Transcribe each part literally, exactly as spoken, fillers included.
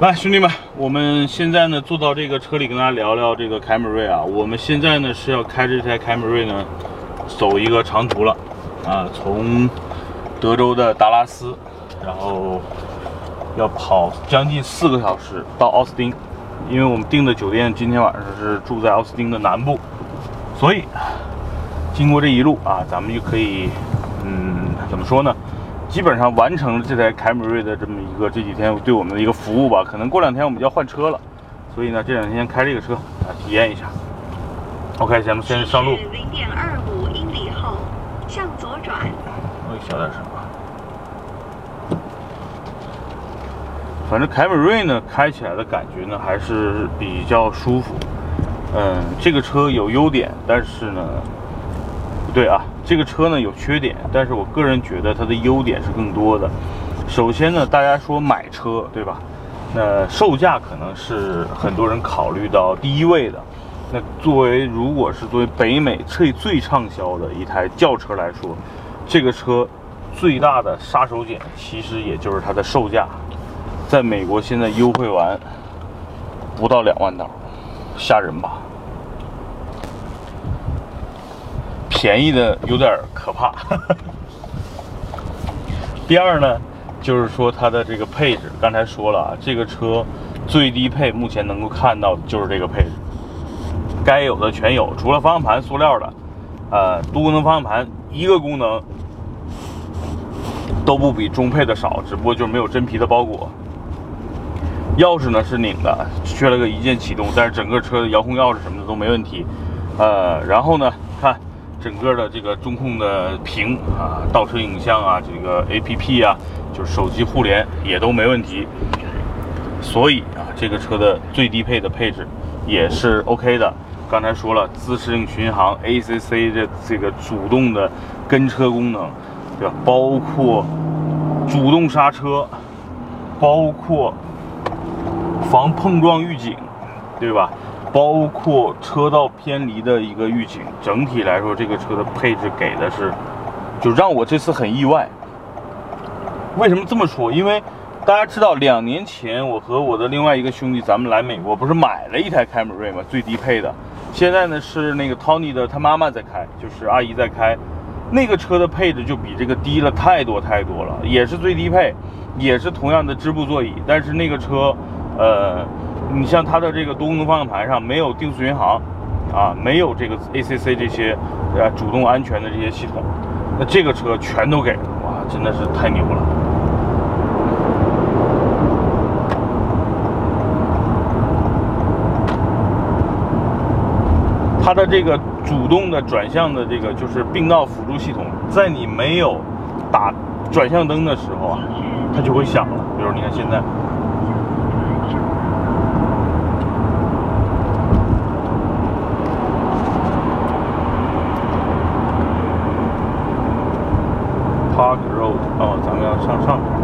来，兄弟们，我们现在呢坐到这个车里，跟大家聊聊这个凯美瑞啊。我们现在呢是要开着这台凯美瑞呢走一个长途了啊，从德州的达拉斯，然后要跑将近四个小时到奥斯汀，因为我们订的酒店今天晚上是住在奥斯汀的南部，所以经过这一路啊，咱们就可以，嗯，怎么说呢？基本上完成了这台凯美瑞的这么一个这几天对我们的一个服务吧。可能过两天我们就要换车了，所以呢这两天开这个车啊体验一下。OK， 咱们先上路。 零点二五英里后向左转。 我小点声啊。反正凯美瑞呢开起来的感觉呢还是比较舒服。嗯，这个车有优点，但是呢。对啊，这个车呢有缺点，但是我个人觉得它的优点是更多的。首先呢，大家说买车，对吧？那售价可能是很多人考虑到第一位的。那作为如果是作为北美最最畅销的一台轿车来说，这个车最大的杀手锏其实也就是它的售价，在美国现在优惠完不到两万刀，吓人吧？便宜的有点可怕。第二呢，就是说它的这个配置，刚才说了啊，这个车最低配目前能够看到的就是这个配置，该有的全有，除了方向盘塑料的，呃，多功能方向盘一个功能都不比中配的少，只不过就是没有真皮的包裹。钥匙呢是拧的，缺了个一键启动，但是整个车的遥控钥匙什么的都没问题。呃，然后呢，看。整个的这个中控的屏啊，倒车影像啊，这个 A P P 啊，就是手机互联也都没问题。所以啊，这个车的最低配的配置也是 OK 的。刚才说了，自适应巡航 A C C 的这个主动的跟车功能，对吧？包括主动刹车，包括防碰撞预警，对吧？包括车道偏离的一个预警，整体来说，这个车的配置给的是，就让我这次很意外。为什么这么说？因为大家知道，两年前我和我的另外一个兄弟，咱们来美国不是买了一台凯美瑞嘛，最低配的。现在呢是那个 Tony 的他妈妈在开，就是阿姨在开。那个车的配置就比这个低了太多太多了，也是最低配，也是同样的织布座椅，但是那个车，呃。你像它的这个多功能方向盘上没有定速巡航，啊，没有这个 A C C 这些呃主动安全的这些系统，那这个车全都给了，哇，真的是太牛了。它的这个主动的转向的这个就是并道辅助系统，在你没有打转向灯的时候啊，它就会响了。比如你看现在。Park Road 哦，咱们要上上面。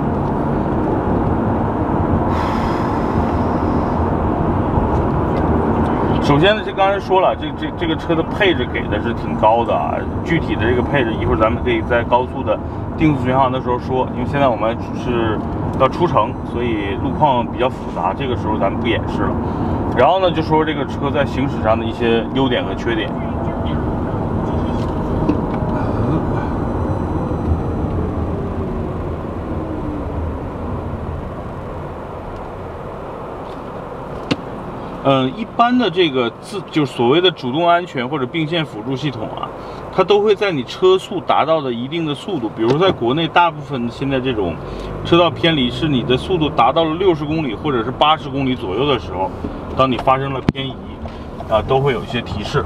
首先呢，这刚才说了，这这这个车的配置给的是挺高的啊。具体的这个配置，一会儿咱们可以在高速的定速巡航的时候说，因为现在我们是要出城，所以路况比较复杂，这个时候咱们不演示了。然后呢，就说这个车在行驶上的一些优点和缺点。嗯，一般的这个自就是所谓的主动安全或者并线辅助系统啊，它都会在你车速达到的一定的速度，比如在国内大部分现在这种车道偏离是你的速度达到了六十公里或者是八十公里左右的时候，当你发生了偏移啊，都会有一些提示。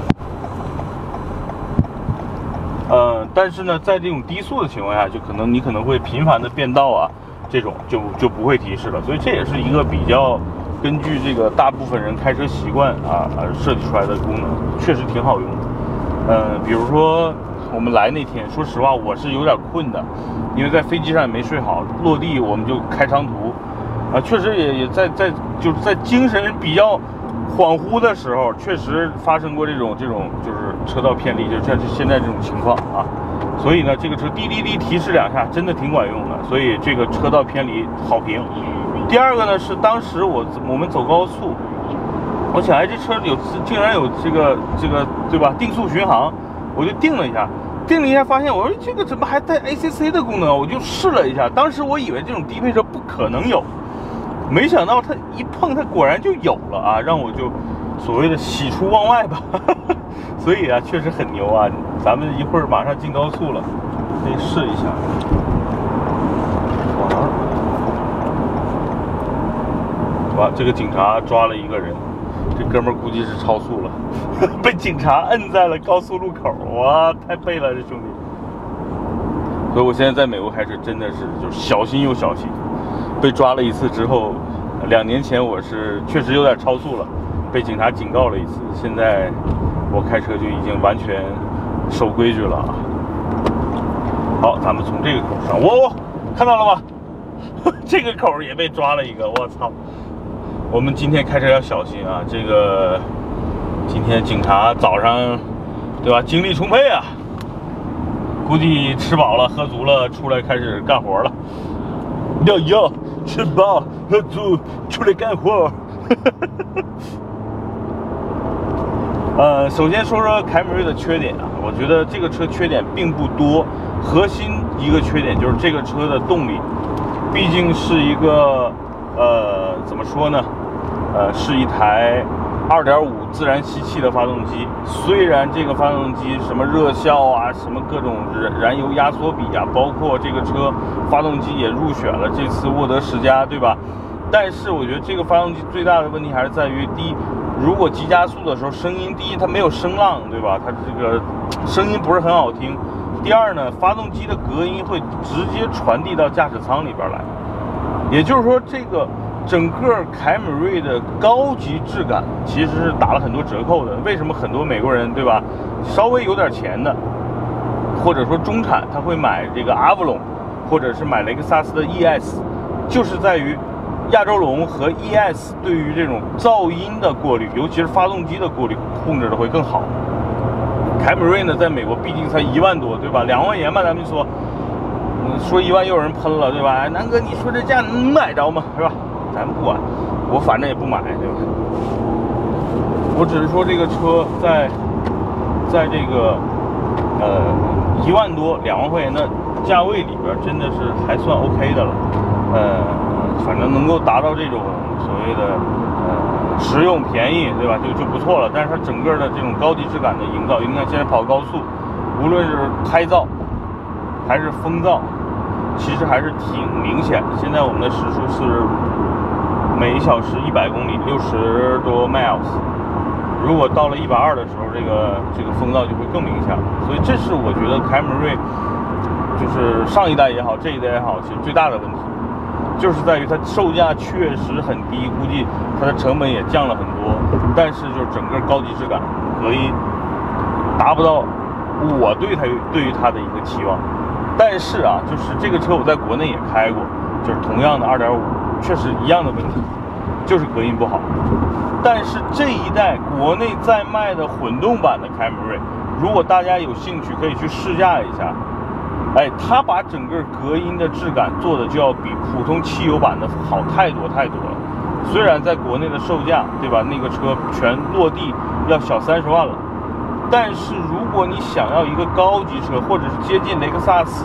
呃，但是呢，在这种低速的情况下，就可能你可能会频繁的变道啊，这种就就不会提示了，所以这也是一个比较。根据这个大部分人开车习惯啊而设计出来的功能，确实挺好用的。嗯，比如说我们来那天，说实话我是有点困的，因为在飞机上也没睡好，落地我们就开长途，啊，确实也也在在就是在精神比较恍惚的时候，确实发生过这种这种就是车道偏离，就像现在这种情况啊。所以呢，这个车滴滴滴提示两下，真的挺管用的，所以这个车道偏离好评。 第二个呢是当时我我们走高速，我想哎这车有竟然有这个这个对吧定速巡航，我就定了一下，定了一下发现我说这个怎么还带 A C C 的功能，我就试了一下，当时我以为这种低配车不可能有，没想到它一碰它果然就有了啊，让我就所谓的喜出望外吧。所以啊确实很牛啊，咱们一会儿马上进高速了，可以试一下。哇，这个警察抓了一个人，这哥们儿估计是超速了，被警察摁在了高速路口，哇，太背了这兄弟。所以我现在在美国开车真的是就是小心又小心。被抓了一次之后，两年前我是确实有点超速了，被警察警告了一次，现在我开车就已经完全守规矩了啊。好，咱们从这个口上，我我看到了吗？这个口也被抓了一个，我操！我们今天开车要小心啊！这个今天警察早上，对吧？精力充沛啊，估计吃饱了喝足了，出来开始干活了。要要吃饱喝足，出来干活。呃，首先说说凯美瑞的缺点啊，我觉得这个车缺点并不多，核心一个缺点就是这个车的动力，毕竟是一个呃怎么说呢？呃，是一台 二点五 自然吸气的发动机。虽然这个发动机什么热效啊，什么各种燃燃油压缩比啊，包括这个车发动机也入选了这次沃德十佳，对吧？但是我觉得这个发动机最大的问题还是在于，第一，如果急加速的时候，声音第一它没有声浪，对吧？它这个声音不是很好听。第二呢，发动机的隔音会直接传递到驾驶舱里边来，也就是说，这个整个凯美瑞的高级质感其实是打了很多折扣的。为什么很多美国人，对吧，稍微有点钱的，或者说中产，他会买这个阿 v 隆，或者是买雷克萨斯的 E S， 就是在于亚洲龙和 E S 对于这种噪音的过滤，尤其是发动机的过滤控制的会更好。凯美瑞呢，在美国毕竟才一万多，对吧？两万元吧，咱们说，嗯，说一万又有人喷了，对吧？南哥，你说这价能买着吗？是吧？咱不管，我反正也不买，对吧？我只是说这个车在，在这个呃一万多、两万块钱的价位里边，真的是还算 OK 的了。呃，反正能够达到这种所谓的呃实用、便宜，对吧？就就不错了。但是它整个的这种高级质感的营造，你看现在跑高速，无论是胎噪还是风噪，其实还是挺明显的。现在我们的时速是每小时一百公里，六十多 miles。如果到了一百二的时候，这个这个风噪就会更明显了。所以这是我觉得凯美瑞就是上一代也好，这一代也好，其实最大的问题就是在于它售价确实很低，估计它的成本也降了很多，但是就是整个高级质感可以达不到我对它对于它的一个期望。但是啊，就是这个车我在国内也开过，就是同样的 二点五， 确实一样的问题，就是隔音不好。但是这一代国内在卖的混动版的凯美瑞，如果大家有兴趣可以去试驾一下。哎，它把整个隔音的质感做的就要比普通汽油版的好太多太多了。虽然在国内的售价，对吧，那个车全落地要小三十万了，但是如果你想要一个高级车，或者是接近雷克萨斯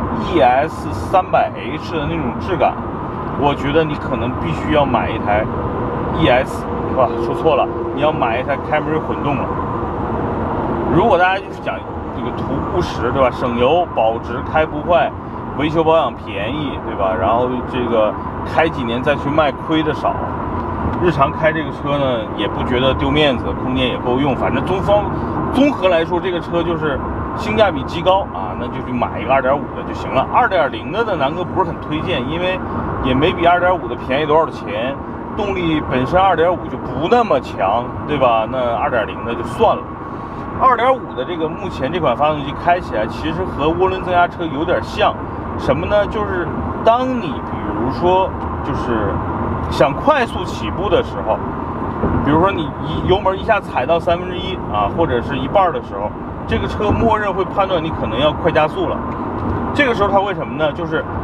E S 三百 H 的那种质感，我觉得你可能必须要买一台 E S， 哇，说错了，你要买一台凯美瑞混动了。如果大家就是讲这个图务实，对吧？省油、保值、开不坏，维修保养便宜，对吧？然后这个开几年再去卖，亏的少。日常开这个车呢，也不觉得丢面子，空间也够用。反正综方综合来说，这个车就是性价比极高啊，那就去买一个 二点五 的就行了。二点零 的呢，南哥不是很推荐，因为也没比 二点五 的便宜多少钱。动力本身 二点五 就不那么强，对吧？那 二点零 的就算了。二点五 的这个目前这款发动机开起来其实和涡轮增压车有点像，什么呢？就是当你比如说就是想快速起步的时候，比如说你一油门一下踩到三分之一啊，或者是一半的时候，这个车默认会判断你可能要快加速了。这个时候它为什么呢？就是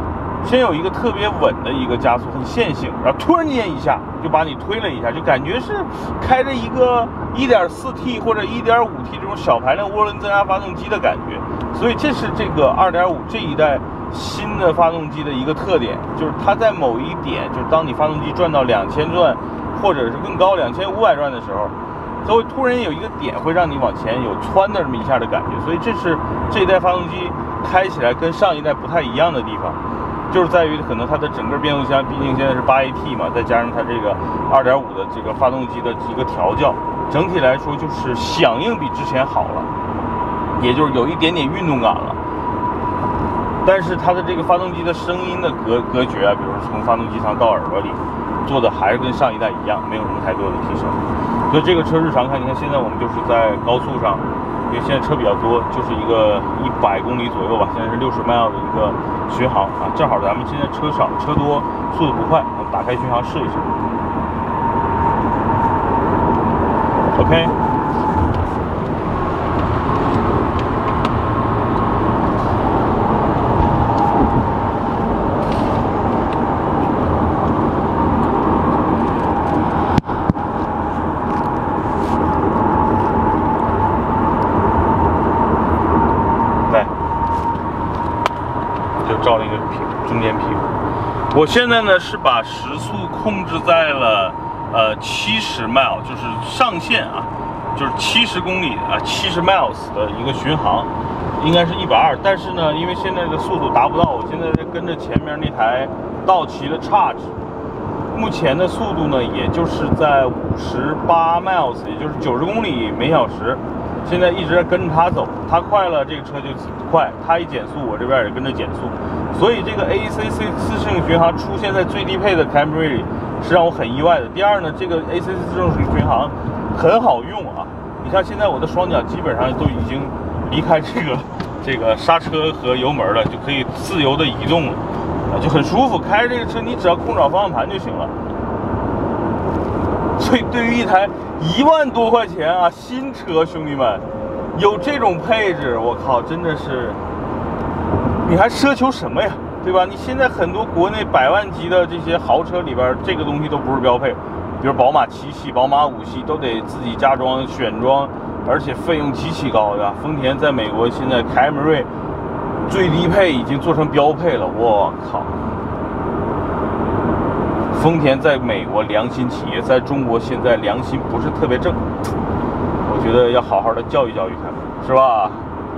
先有一个特别稳的一个加速，很线性，然后突然间一下就把你推了一下，就感觉是开着一个 一点四 T 或者 一点五 T 这种小排量涡轮增压发动机的感觉。所以这是这个 二点五 这一代新的发动机的一个特点，就是它在某一点，就是当你发动机转到两千转或者是更高两千五百转的时候，它会突然有一个点会让你往前有窜的这么一下的感觉。所以这是这一代发动机开起来跟上一代不太一样的地方，就是在于可能它的整个变速箱，毕竟现在是 八 A T 嘛，再加上它这个 二点五 的这个发动机的一个调教，整体来说就是响应比之前好了，也就是有一点点运动感了。但是它的这个发动机的声音的隔隔绝啊，比如说从发动机舱到耳朵里做的还是跟上一代一样，没有什么太多的提升。所以这个车日常看，你看现在我们就是在高速上，因为现在车比较多，就是一个一百公里左右吧，现在是六十 mile 的一个巡航啊，正好咱们现在车少车多，速度不快，我们打开巡航试一试。OK。照了一个屏，中间屏。我现在呢是把时速控制在了呃七十 mile， 就是上限啊，就是七十公里啊，七十 miles 的一个巡航，应该是一百二。但是呢，因为现在的速度达不到，我现在是跟着前面那台道奇的 Charge， 目前的速度呢，也就是在五十八 miles， 也就是九十公里每小时。现在一直在跟着它走，它快了，这个车就快；它一减速，我这边也跟着减速。所以这个 A C C 自适应巡航出现在最低配的 Camry 里，是让我很意外的。第二呢，这个 A C C 自适应巡航很好用啊！你看现在我的双脚基本上都已经离开这个这个刹车和油门了，就可以自由的移动了，啊，就很舒服。开着这个车，你只要控制好方向盘就行了。所以对于一台一万多块钱啊新车，兄弟们有这种配置，我靠，真的是，你还奢求什么呀？对吧？你现在很多国内百万级的这些豪车里边，这个东西都不是标配，比如宝马七系、宝马五系都得自己加装选装，而且费用极其高，对吧？丰田在美国现在凯美瑞最低配已经做成标配了，我靠！丰田在美国良心企业，在中国现在良心不是特别正，我觉得要好好的教育教育他们，是吧？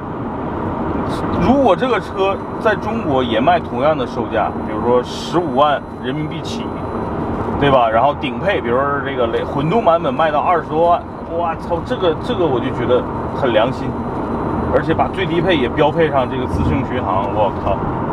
如果这个车在中国也卖同样的售价，比如说十五万人民币起，对吧？然后顶配，比如说这个混动版本卖到二十多万，哇操，这个这个我就觉得很良心，而且把最低配也标配上这个自适应巡航，我靠，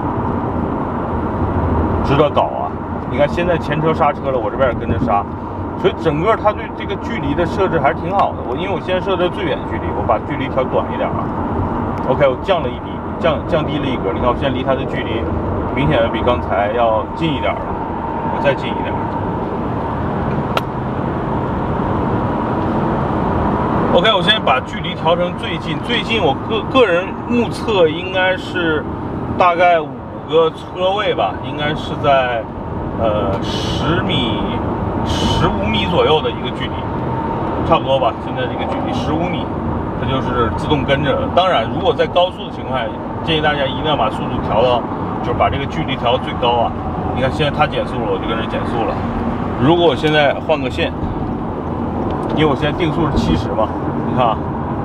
值得搞啊！你看现在前车刹车了，我这边也跟着刹，所以整个它对这个距离的设置还是挺好的。我因为我现在设置最远距离，我把距离调短一点啊。OK， 我降了一滴，降降低了一格。你看我现在离它的距离明显的比刚才要近一点了，我再近一点。OK， 我现在把距离调成最近，最近我个个人目测应该是大概五个车位吧，应该是在。呃，十米、十五米左右的一个距离，差不多吧。现在这个距离十五米，它就是自动跟着。当然，如果在高速的情况下，建议大家一定要把速度调到，就是把这个距离调到最高啊。你看现在它减速了，我就跟着减速了。如果我现在换个线，因为我现在定速是七十嘛，你看啊，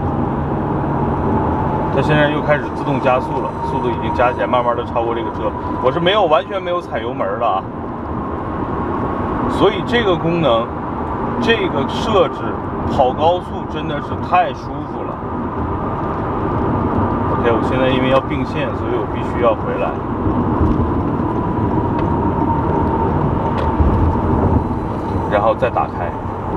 它现在又开始自动加速了，速度已经加起来，慢慢的超过这个车。我是没有完全没有踩油门的啊。所以这个功能，这个设置，跑高速真的是太舒服了。OK， 我现在因为要并线，所以我必须要回来。然后再打开。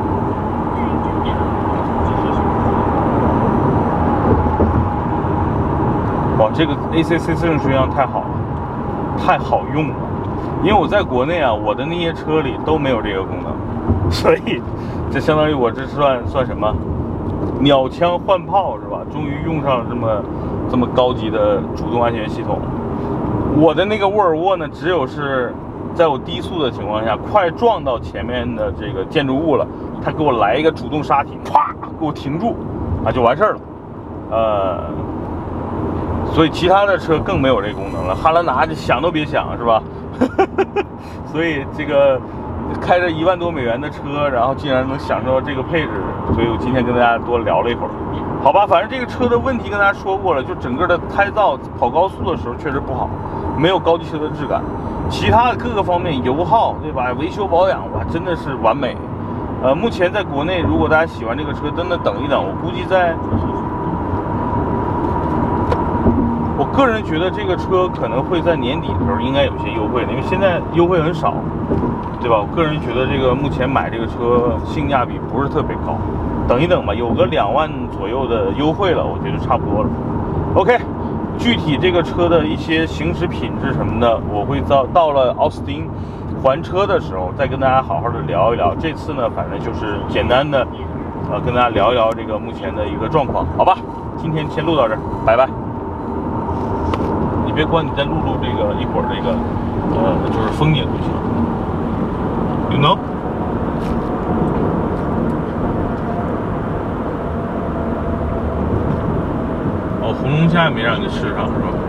哇，这个 A C C 自适应巡航太好了，太好用了。因为我在国内啊，我的那些车里都没有这个功能，所以这相当于我这算算什么？鸟枪换炮是吧？终于用上这么这么高级的主动安全系统。 我的那个沃尔沃呢，只有是在我低速的情况下，快撞到前面的这个建筑物了，它给我来一个主动刹停，啪，给我停住，啊，就完事儿了。呃，所以其他的车更没有这个功能了。汉兰达就想都别想，是吧？所以这个开着一万多美元的车，然后竟然能享受到这个配置，所以我今天跟大家多聊了一会儿。好吧，反正这个车的问题跟大家说过了，就整个的胎噪，跑高速的时候确实不好，没有高级车的质感。其他的各个方面，油耗对吧？维修保养哇，真的是完美。呃，目前在国内，如果大家喜欢这个车，真的等一等，我估计在，我个人觉得这个车可能会在年底的时候应该有些优惠，因为现在优惠很少，对吧？我个人觉得这个目前买这个车性价比不是特别高。等一等吧，有个两万左右的优惠了，我觉得差不多了。OK， 具体这个车的一些行驶品质什么的，我会到到了奥斯汀还车的时候再跟大家好好的聊一聊。这次呢，反正就是简单的，呃，跟大家聊一聊这个目前的一个状况，好吧？今天先录到这儿，拜拜。你别关，你再录录这个一会儿这个，呃，就是风景就行。You know？哦，红龙虾也没让你吃上是吧？